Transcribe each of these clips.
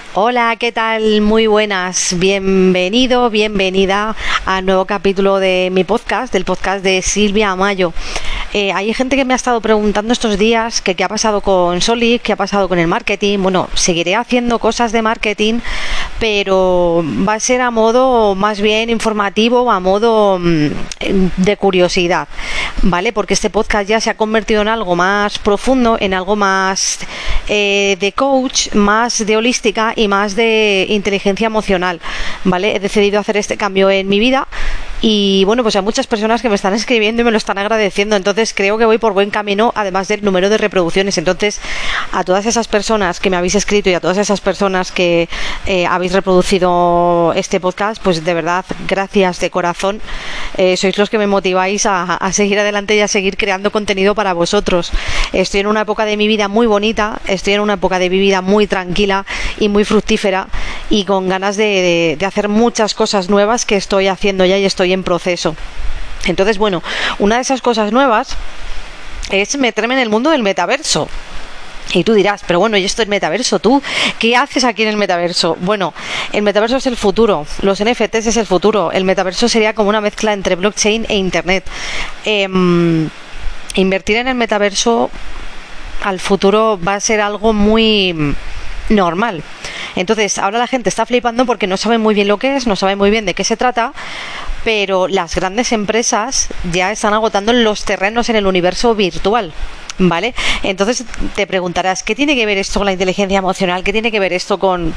Hola, ¿qué tal? Muy buenas. Bienvenido, bienvenida al nuevo capítulo de mi podcast, del podcast de Silvia Amayo. Hay gente que me ha estado preguntando estos días que qué ha pasado con Solid, qué ha pasado con el marketing. Bueno, seguiré haciendo cosas de marketing, pero va a ser a modo más bien informativo, a modo de curiosidad, ¿vale? Porque este podcast ya se ha convertido en algo más profundo, en algo más de coach, más de holística y más de inteligencia emocional, ¿vale? He decidido hacer este cambio en mi vida y bueno, pues hay muchas personas que me están escribiendo y me lo están agradeciendo, entonces creo que voy por buen camino, además del número de reproducciones. Entonces, a todas esas personas que me habéis escrito y a todas esas personas que habéis reproducido este podcast, pues de verdad, gracias de corazón. Sois los que me motiváis a seguir adelante y a seguir creando contenido para vosotros. Estoy en una época de mi vida muy bonita, estoy en una época de mi vida muy tranquila y muy fructífera y con ganas de hacer muchas cosas nuevas que estoy haciendo ya y estoy en proceso. Entonces, bueno, una de esas cosas nuevas es meterme en el mundo del metaverso. Y tú dirás, pero bueno, ¿y esto es metaverso? ¿Tú qué haces aquí en el metaverso? Bueno, el metaverso es el futuro, los NFTs es el futuro. El metaverso sería como una mezcla entre blockchain e internet. Invertir en el metaverso al futuro va a ser algo muy normal. Entonces, ahora la gente está flipando porque no sabe muy bien lo que es, no sabe muy bien de qué se trata, pero las grandes empresas ya están agotando los terrenos en el universo virtual, ¿vale? Entonces te preguntarás, ¿qué tiene que ver esto con la inteligencia emocional? ¿Qué tiene que ver esto con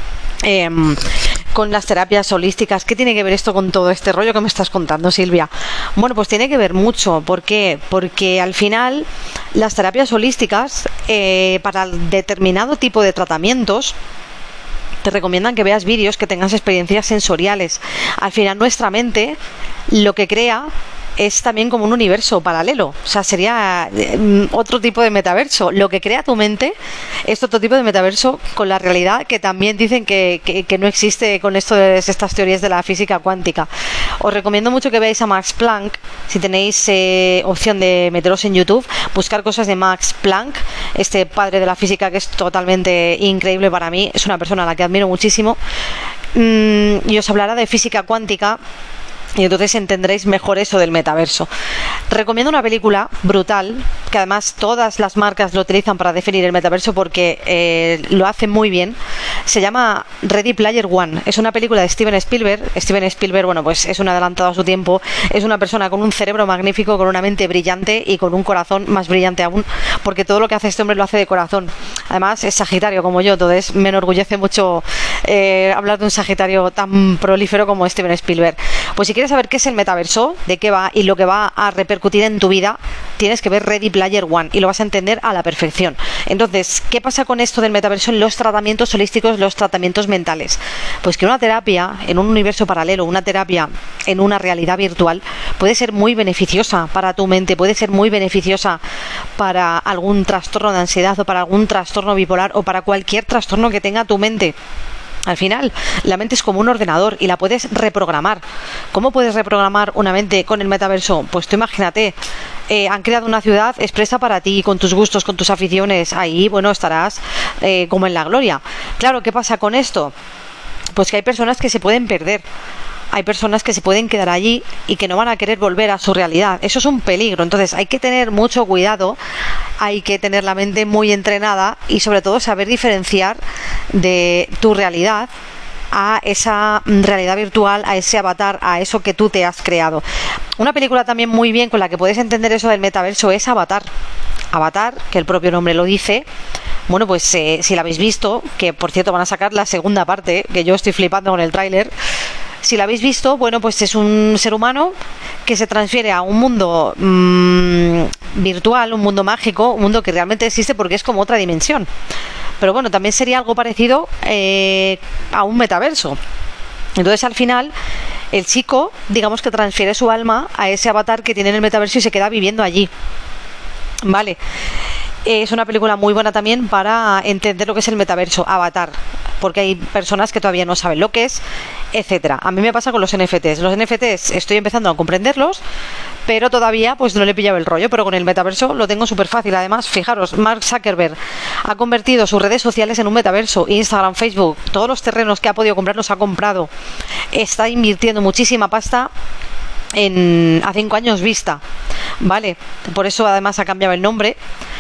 las terapias holísticas? ¿Qué tiene que ver esto con todo este rollo que me estás contando, Silvia? Bueno, pues tiene que ver mucho. ¿Por qué? Porque al final las terapias holísticas para determinado tipo de tratamientos te recomiendan que veas vídeos, que tengas experiencias sensoriales. Al final nuestra mente lo que crea es también como un universo paralelo, o sea, sería otro tipo de metaverso. Lo que crea tu mente es otro tipo de metaverso con la realidad que también dicen que no existe con esto de estas teorías de la física cuántica. Os recomiendo mucho que veáis a Max Planck, si tenéis opción de meteros en YouTube, buscar cosas de Max Planck, este padre de la física que es totalmente increíble para mí, es una persona a la que admiro muchísimo, y os hablará de física cuántica. Y entonces entenderéis mejor eso del metaverso. Recomiendo una película brutal, que además todas las marcas lo utilizan para definir el metaverso porque lo hacen muy bien. Se llama Ready Player One. Es una película de Steven Spielberg. Steven Spielberg, bueno, pues es un adelantado a su tiempo. Es una persona con un cerebro magnífico, con una mente brillante y con un corazón más brillante aún, porque todo lo que hace este hombre lo hace de corazón. Además es sagitario como yo, entonces me enorgullece mucho hablar de un sagitario tan prolífero como Steven Spielberg. Pues si quieres saber qué es el metaverso, de qué va y lo que va a repercutir en tu vida, tienes que ver Ready Player One y lo vas a entender a la perfección. Entonces, ¿qué pasa con esto del metaverso en los tratamientos holísticos, los tratamientos mentales? Pues que una terapia en un universo paralelo, una terapia en una realidad virtual, puede ser muy beneficiosa para tu mente, puede ser muy beneficiosa para algún trastorno de ansiedad o para algún trastorno bipolar o para cualquier trastorno que tenga tu mente. Al final, la mente es como un ordenador y la puedes reprogramar. ¿Cómo puedes reprogramar una mente con el metaverso? Pues tú imagínate, han creado una ciudad expresa para ti, con tus gustos, con tus aficiones. Ahí, bueno, estarás como en la gloria. Claro, ¿qué pasa con esto? Pues que hay personas que se pueden perder. Hay personas que se pueden quedar allí y que no van a querer volver a su realidad. Eso es un peligro. Entonces hay que tener mucho cuidado, hay que tener la mente muy entrenada y sobre todo saber diferenciar de tu realidad a esa realidad virtual, a ese avatar, a eso que tú te has creado. Una película también muy bien con la que puedes entender eso del metaverso es Avatar. Avatar, que el propio nombre lo dice. Bueno, pues si la habéis visto, que por cierto van a sacar la segunda parte, que yo estoy flipando con el tráiler. Si la habéis visto, bueno, pues es un ser humano que se transfiere a un mundo virtual, un mundo mágico, un mundo que realmente existe porque es como otra dimensión. Pero bueno, también sería algo parecido a un metaverso. Entonces al final el chico, digamos que transfiere su alma a ese avatar que tiene en el metaverso y se queda viviendo allí. Vale. Es una película muy buena también para entender lo que es el metaverso, Avatar, porque hay personas que todavía no saben lo que es, etcétera. A mí me pasa con los NFTs. Los NFTs estoy empezando a comprenderlos, pero todavía pues no le he pillado el rollo, pero con el metaverso lo tengo súper fácil. Además, fijaros, Mark Zuckerberg ha convertido sus redes sociales en un metaverso. Instagram, Facebook, todos los terrenos que ha podido comprar los ha comprado. Está invirtiendo muchísima pasta a 5 años vista, ¿vale? Por eso además ha cambiado el nombre.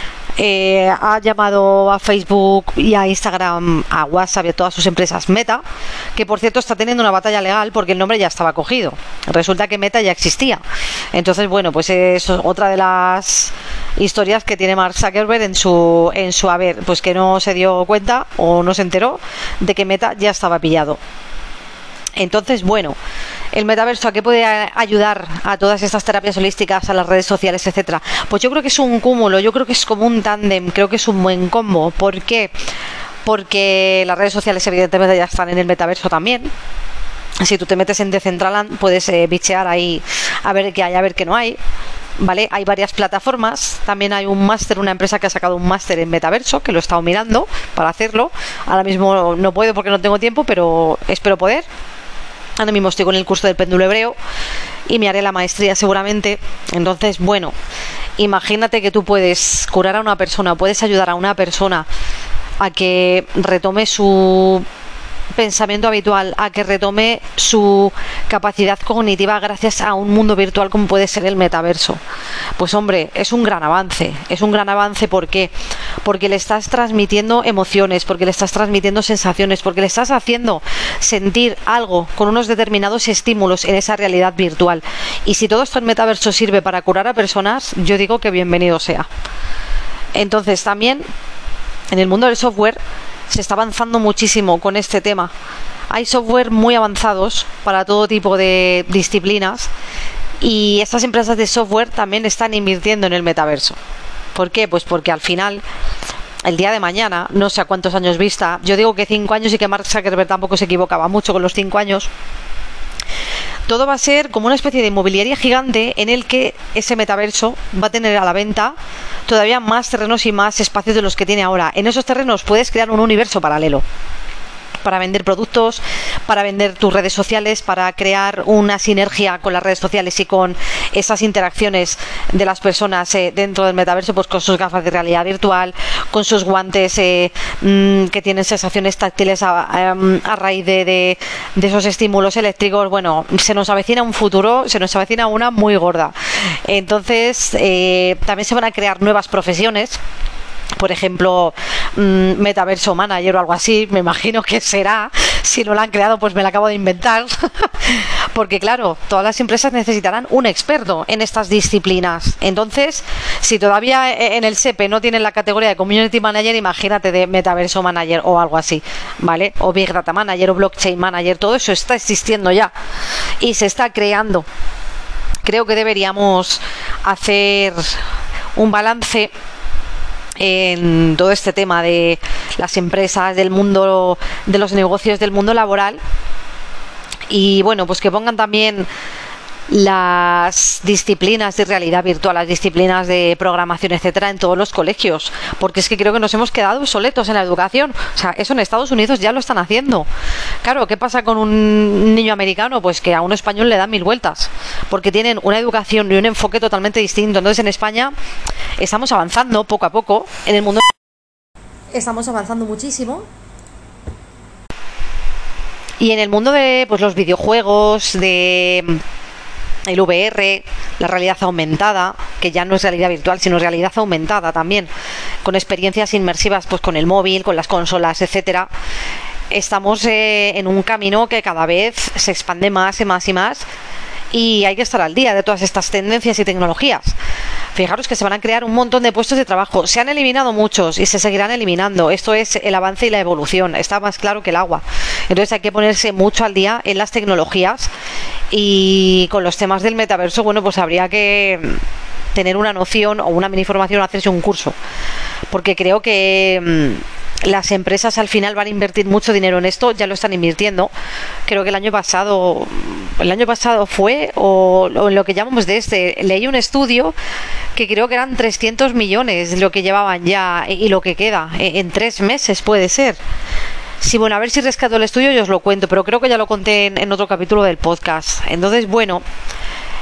Ha llamado a Facebook y a Instagram, a WhatsApp y a todas sus empresas Meta, que por cierto está teniendo una batalla legal porque el nombre ya estaba cogido. Resulta que Meta ya existía. Entonces, bueno, pues es otra de las historias que tiene Mark Zuckerberg en su haber, pues que no se dio cuenta o no se enteró de que Meta ya estaba pillado. Entonces, bueno, el metaverso, ¿a qué puede ayudar a todas estas terapias holísticas, a las redes sociales, etcétera? Pues yo creo que es un cúmulo, yo creo que es como un tándem, creo que es un buen combo. ¿Por qué? Porque las redes sociales evidentemente ya están en el metaverso también. Si tú te metes en Decentraland puedes bichear ahí a ver qué hay, a ver qué no hay. ¿Vale? Hay varias plataformas, también hay un máster, una empresa que ha sacado un máster en metaverso, que lo he estado mirando para hacerlo. Ahora mismo no puedo porque no tengo tiempo, pero espero poder. Ahora mismo estoy con el curso del péndulo hebreo y me haré la maestría seguramente. Entonces, bueno, imagínate que tú puedes curar a una persona, puedes ayudar a una persona a que retome su pensamiento habitual, a que retome su capacidad cognitiva gracias a un mundo virtual como puede ser el metaverso. Pues hombre, es un gran avance. ¿Por qué? Porque le estás transmitiendo emociones, porque le estás transmitiendo sensaciones, porque le estás haciendo sentir algo con unos determinados estímulos en esa realidad virtual. Y si todo esto en metaverso sirve para curar a personas, yo digo que bienvenido sea. Entonces también en el mundo del software se está avanzando muchísimo con este tema. Hay software muy avanzados para todo tipo de disciplinas y estas empresas de software también están invirtiendo en el metaverso. ¿Por qué? Pues porque al final, el día de mañana, no sé a cuántos años vista, yo digo que 5 años y que Mark Zuckerberg tampoco se equivocaba mucho con los 5 años, todo va a ser como una especie de inmobiliaria gigante en el que ese metaverso va a tener a la venta todavía más terrenos y más espacios de los que tiene ahora. En esos terrenos puedes crear un universo paralelo para vender productos, para vender tus redes sociales, para crear una sinergia con las redes sociales y con esas interacciones de las personas dentro del metaverso, pues con sus gafas de realidad virtual, con sus guantes que tienen sensaciones táctiles a raíz de esos estímulos eléctricos. Bueno, se nos avecina un futuro, se nos avecina una muy gorda. Entonces, también se van a crear nuevas profesiones. Por ejemplo, metaverso manager o algo así, me imagino que será. Si no lo han creado, pues me lo acabo de inventar. Porque claro, todas las empresas necesitarán un experto en estas disciplinas. Entonces, si todavía en el SEPE no tienen la categoría de community manager, imagínate de metaverso manager o algo así, ¿vale? O big data manager o blockchain manager, todo eso está existiendo ya y se está creando. Creo que deberíamos hacer un balance en todo este tema de las empresas, del mundo de los negocios, del mundo laboral, y bueno, pues que pongan también las disciplinas de realidad virtual, las disciplinas de programación, etcétera, en todos los colegios, porque es que creo que nos hemos quedado obsoletos en la educación. O sea, eso en Estados Unidos ya lo están haciendo. Claro, ¿qué pasa con un niño americano? Pues que a un español le dan 1000 vueltas, porque tienen una educación y un enfoque totalmente distinto. Entonces en España estamos avanzando poco a poco en el mundo. Estamos avanzando muchísimo. Y en el mundo de pues los videojuegos, de el VR, la realidad aumentada, que ya no es realidad virtual, sino realidad aumentada también, con experiencias inmersivas pues con el móvil, con las consolas, etcétera. Estamos en un camino que cada vez se expande más y más y más, y hay que estar al día de todas estas tendencias y tecnologías. Fijaros que se van a crear un montón de puestos de trabajo. Se han eliminado muchos y se seguirán eliminando. Esto es el avance y la evolución. Está más claro que el agua. Entonces hay que ponerse mucho al día en las tecnologías, y con los temas del metaverso, bueno, pues habría que tener una noción o una mini formación o hacerse un curso. Porque creo que las empresas al final van a invertir mucho dinero en esto, ya lo están invirtiendo. Creo que el año pasado fue, o en lo que llamamos leí un estudio que creo que eran 300 millones lo que llevaban ya y lo que queda en 3 meses puede ser. Sí, bueno, a ver si rescato el estudio y os lo cuento, pero creo que ya lo conté en otro capítulo del podcast. Entonces, bueno,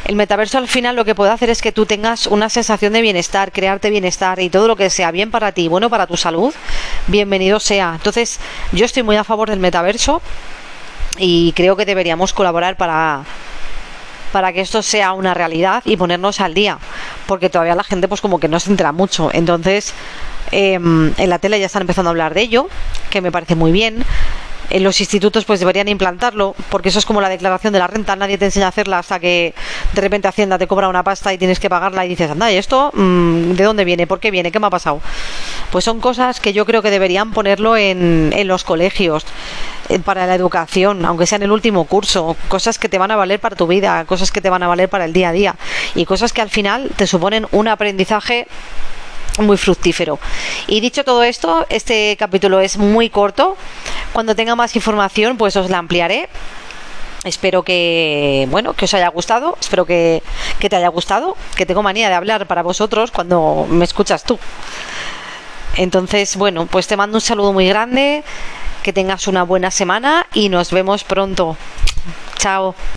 El metaverso al final lo que puede hacer es que tú tengas una sensación de bienestar, crearte bienestar, y todo lo que sea bien para ti, bueno para tu salud, bienvenido sea. Entonces, yo estoy muy a favor del metaverso y creo que deberíamos colaborar para que esto sea una realidad y ponernos al día, porque todavía la gente pues como que no se entera mucho. Entonces, en la tele ya están empezando a hablar de ello, que me parece muy bien. En los institutos pues deberían implantarlo, porque eso es como la declaración de la renta, nadie te enseña a hacerla hasta que de repente Hacienda te cobra una pasta y tienes que pagarla y dices, anda, ¿y esto de dónde viene? ¿Por qué viene? ¿Qué me ha pasado? Pues son cosas que yo creo que deberían ponerlo en los colegios, para la educación, aunque sea en el último curso, cosas que te van a valer para tu vida, cosas que te van a valer para el día a día y cosas que al final te suponen un aprendizaje muy fructífero. Y dicho todo esto, este capítulo es muy corto. Cuando tenga más información pues os la ampliaré. Espero que, bueno, que os haya gustado. Espero que te haya gustado. Que tengo manía de hablar para vosotros cuando me escuchas tú. Entonces, bueno, pues te mando un saludo muy grande. Que tengas una buena semana y nos vemos pronto. Chao.